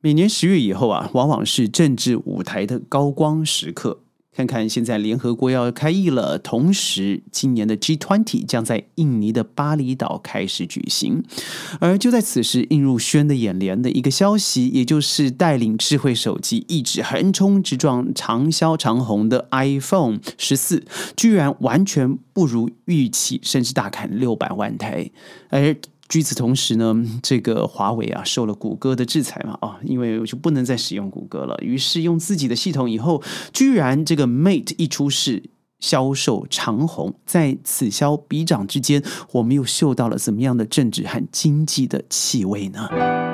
每年10月以后啊，往往是政治舞台的高光时刻。看看现在联合国要开议了，同时今年的 G20 将在印尼的巴厘岛开始举行。而就在此时，映入轩的眼帘的一个消息，也就是带领智慧手机一直横冲直撞、长销长红的 iPhone 14，居然完全不如预期，甚至大砍600万台。而与此同时呢，这个华为啊受了谷歌的制裁嘛，因为我就不能再使用谷歌了，于是用自己的系统以后，居然这个 Mate 一出世，销售长红。在此消彼长之间，我们又嗅到了怎么样的政治和经济的气味呢？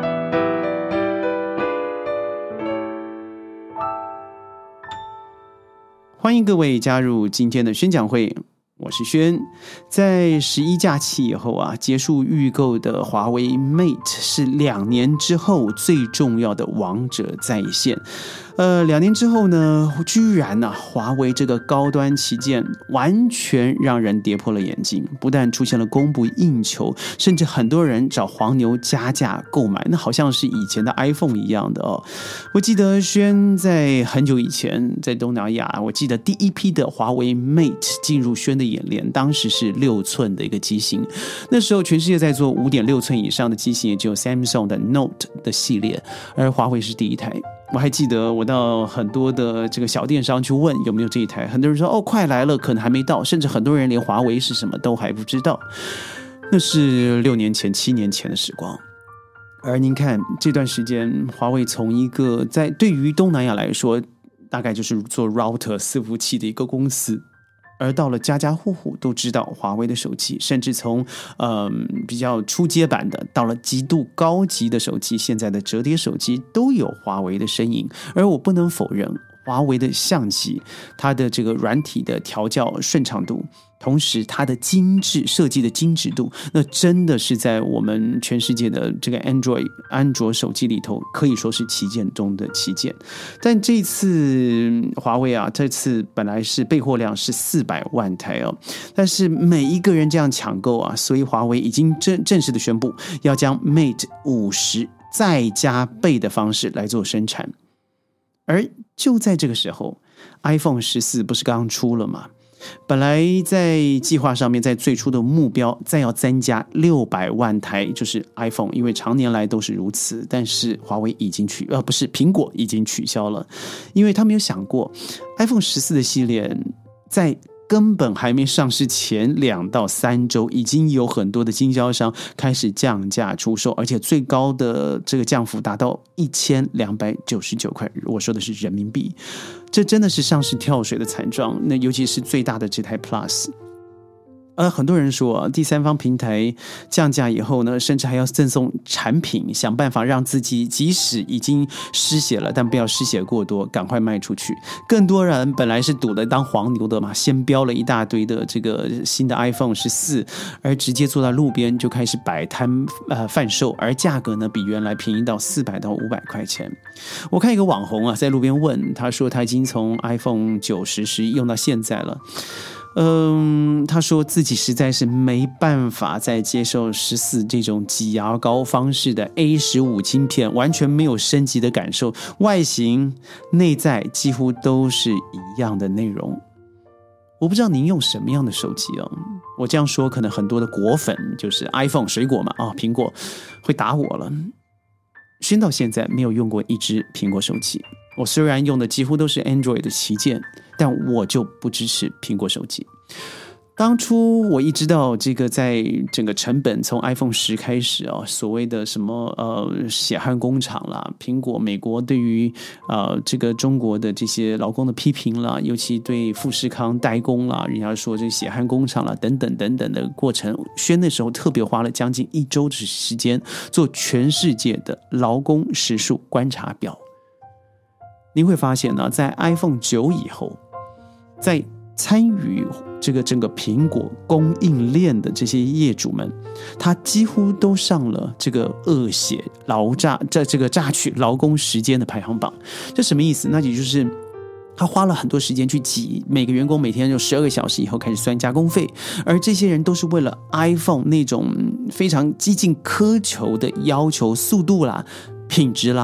欢迎各位加入今天的宣讲会。我是轩。在11假期以后啊，结束预购的华为 Mate 是2年之后最重要的王者再现。2年之后呢，居然华为这个高端旗舰完全让人跌破了眼镜，不但出现了供不应求，甚至很多人找黄牛加价购买，那好像是以前的 iPhone 一样的哦。我记得轩在很久以前在东南亚，我记得第一批的华为 Mate 进入轩的眼帘，当时是6寸的一个机型，那时候全世界在做 5.6 寸以上的机型，也只有 Samsung 的 Note 的系列，而华为是第一台。我还记得我到很多的这个小电商去问有没有这一台，很多人说快来了，可能还没到，甚至很多人连华为是什么都还不知道。那是6年前7年前的时光。而您看这段时间，华为从一个对于东南亚来说大概就是做 router 伺服器的一个公司，而到了家家户户都知道华为的手机，甚至从比较初阶版的到了极度高级的手机，现在的折叠手机都有华为的身影。而我不能否认，华为的相机，它的这个软体的调教顺畅度，同时它的精致设计的精致度，那真的是在我们全世界的这个安卓手机里头可以说是旗舰中的旗舰。但这次华为啊，这次本来是备货量是400万台哦，但是每一个人这样抢购啊，所以华为已经正式的宣布要将 Mate 50再加倍的方式来做生产。而就在这个时候， iPhone 14不是刚出了吗？本来在计划上面，在最初的目标再要增加600万台，就是 iPhone， 因为常年来都是如此，但是华为已经苹果已经取消了，因为他没有想过 iPhone 14的系列在根本还没上市前2到3周，已经有很多的经销商开始降价出售，而且最高的这个降幅达到1299块，我说的是人民币，这真的是上市跳水的惨状。那尤其是最大的这台 Plus。很多人说第三方平台降价以后呢，甚至还要赠送产品，想办法让自己即使已经失血了，但不要失血过多，赶快卖出去。更多人本来是赌了当黄牛的嘛，先标了一大堆的这个新的 iPhone 14，而直接坐在路边就开始摆摊贩售，而价格呢比原来便宜到400到500块钱。我看一个网红在路边问，他说他已经从 iPhone 90、11用到现在了。他说自己实在是没办法再接受14这种挤牙膏方式的 A15 晶片，完全没有升级的感受，外形内在几乎都是一样的内容。我不知道您用什么样的手机哦，我这样说可能很多的果粉，就是 iPhone 水果嘛，苹果会打我了。轩到现在没有用过一只苹果手机，我虽然用的几乎都是 Android 的旗舰，但我就不支持苹果手机。当初我一知道这个在整个成本从 iPhone 10开始所谓的什么血汗工厂啦，苹果美国对于这个中国的这些劳工的批评啦，尤其对富士康代工啦，人家说这血汗工厂啦等等等等的过程，轩那时候特别花了将近1周的时间做全世界的劳工时数观察表。您会发现呢，在 iPhone 9以后，在参与这个整个苹果供应链的这些业主们，他几乎都上了这个恶血这个榨取劳工时间的排行榜。这什么意思？那也就是他花了很多时间去挤，每个员工每天就12个小时以后开始算加工费，而这些人都是为了 iPhone 那种非常激进苛求的要求速度啦、品质啦、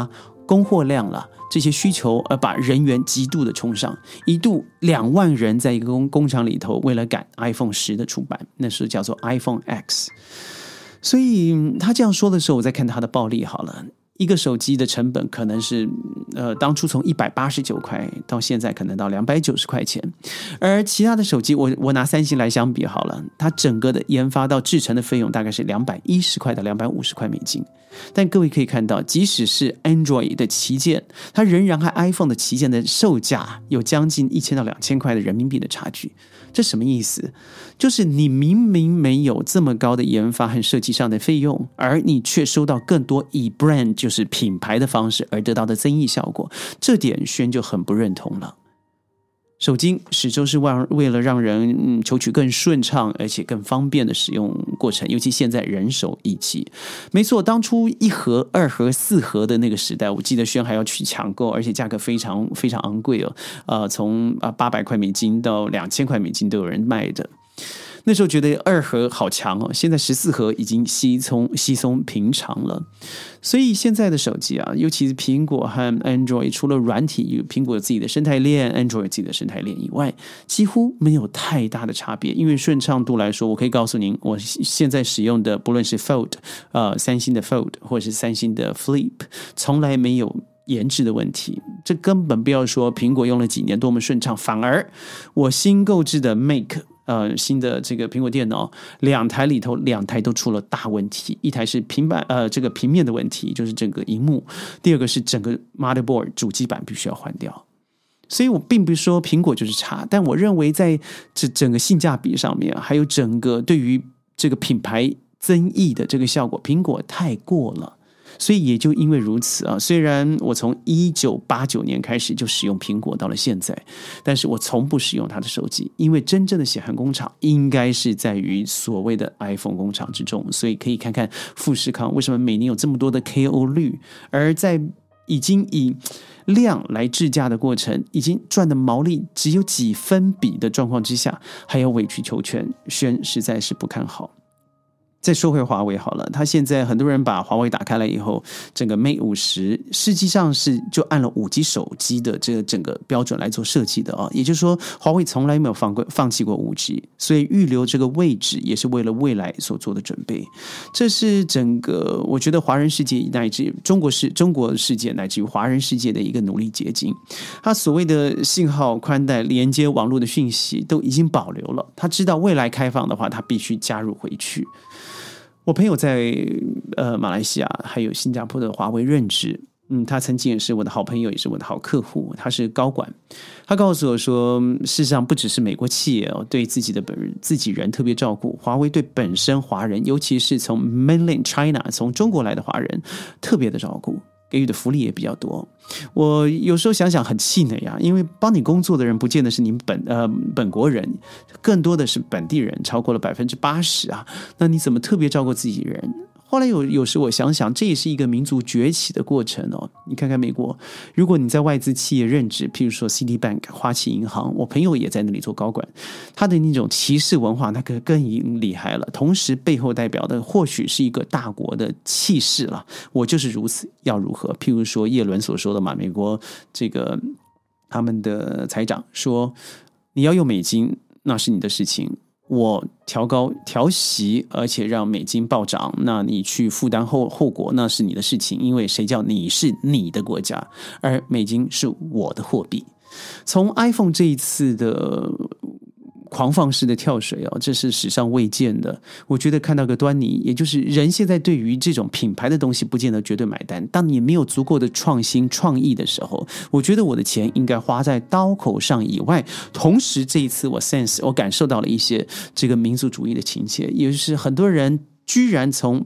供货量了，这些需求而把人员极度的冲上，一度2万人在一个工厂里头，为了赶 iPhone 10的出版，那时候叫做 iPhone X。所以他这样说的时候，我在看他的暴利好了。一个手机的成本可能是当初从189块到现在可能到290块钱，而其他的手机我拿三星来相比好了，它整个的研发到制成的费用大概是210块到250块美金。但各位可以看到，即使是 Android 的旗舰，它仍然和 iPhone 的旗舰的售价有将近1000到2000块的人民币的差距。这什么意思？就是你明明没有这么高的研发和设计上的费用，而你却收到更多以 brand 就是品牌的方式而得到的增益效果，这点轩就很不认同了。手机始终是为了让人求取更顺畅而且更方便的使用过程，尤其现在人手一机。没错，当初1盒、2盒、4盒的那个时代，我记得轩还要去抢购，而且价格非常非常昂贵哦，从800块美金到2000块美金都有人卖的。那时候觉得2盒好强哦，现在14盒已经稀松平常了。所以现在的手机啊，尤其是苹果和 Android， 除了软体，苹果有自己的生态链， Android 有自己的生态链以外，几乎没有太大的差别。因为顺畅度来说，我可以告诉您，我现在使用的不论是 Fold， 三星的 Fold 或者是三星的 Flip， 从来没有延迟的问题。这根本不要说苹果用了几年多么顺畅，反而我新购置的 Mac新的这个苹果电脑2台里头2台都出了大问题，一台是这个平面的问题，就是整个萤幕，第二个是整个 motherboard 主机板必须要换掉。所以我并不是说苹果就是差，但我认为在这整个性价比上面，还有整个对于这个品牌增益的这个效果，苹果太过了。所以也就因为如此啊，虽然我从1989年开始就使用苹果到了现在，但是我从不使用它的手机，因为真正的血汗工厂应该是在于所谓的 iPhone 工厂之中。所以可以看看富士康为什么每年有这么多的 KO 率，而在已经以量来制价的过程，已经赚的毛利只有几分比的状况之下，还要委曲求全，轩实在是不看好。再说回华为好了，他现在很多人把华为打开了以后，整个 Mate 50实际上是就按了5G 手机的这个整个标准来做设计的也就是说华为从来没有放弃过 5G， 所以预留这个位置也是为了未来所做的准备。这是整个我觉得华人世界乃至中国世界乃至于华人世界的一个努力结晶。他所谓的信号宽带连接网络的讯息都已经保留了，他知道未来开放的话他必须加入回去。我朋友在马来西亚还有新加坡的华为任职，他曾经也是我的好朋友，也是我的好客户，他是高管。他告诉我说，事实上不只是美国企业对自己人特别照顾，华为对本身华人，尤其是从 Mainland China 从中国来的华人特别的照顾，给予的福利也比较多。我有时候想想很气馁啊，因为帮你工作的人不见得是你本国人，更多的是本地人，超过了80%啊。那你怎么特别照顾自己人？后来有时我想想，这也是一个民族崛起的过程哦。你看看美国，如果你在外资企业任职，譬如说 Citibank 花旗银行，我朋友也在那里做高管，他的那种骑士文化那更厉害了，同时背后代表的或许是一个大国的气势了。我就是如此，要如何？譬如说叶伦所说的嘛，美国这个他们的财长说，你要用美金那是你的事情，我调息，而且让美金暴涨，那你去负担后果那是你的事情，因为谁叫你是你的国家，而美金是我的货币。从 iPhone 这一次的狂放式的跳水这是史上未见的。我觉得看到个端倪，也就是人现在对于这种品牌的东西不见得绝对买单。当你没有足够的创新创意的时候，我觉得我的钱应该花在刀口上以外。同时这一次我感受到了一些这个民族主义的情节，也就是很多人居然从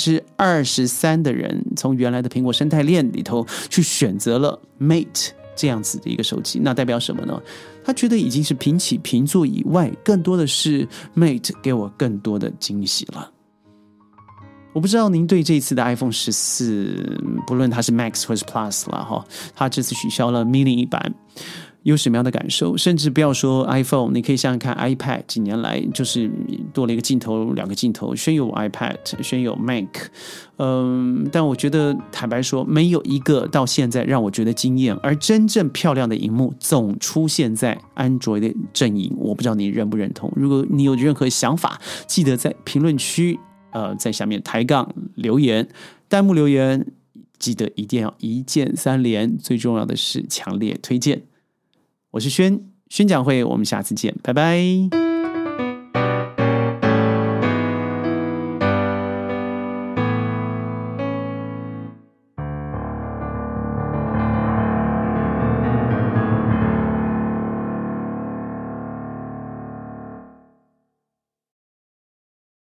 23% 的人从原来的苹果生态链里头去选择了 Mate 这样子的一个手机。那代表什么呢？他觉得已经是平起平坐以外，更多的是 Mate 给我更多的惊喜了。我不知道您对这一次的 iPhone 14，不论它是 Max 或是 Plus 啦，它这次取消了 Mini 版， 有什么样的感受？甚至不要说 iPhone， 你可以想想看 iPad 几年来就是多了一个镜头2个镜头，轩有 iPad， 轩有 Mac，但我觉得坦白说没有一个到现在让我觉得惊艳，而真正漂亮的萤幕总出现在 Android 的阵营，我不知道你认不认同。如果你有任何想法，记得在评论区在下面抬杠留言，弹幕留言，记得一定要一键3连，最重要的是强烈推荐。我是轩讲会，我们下次见，拜拜。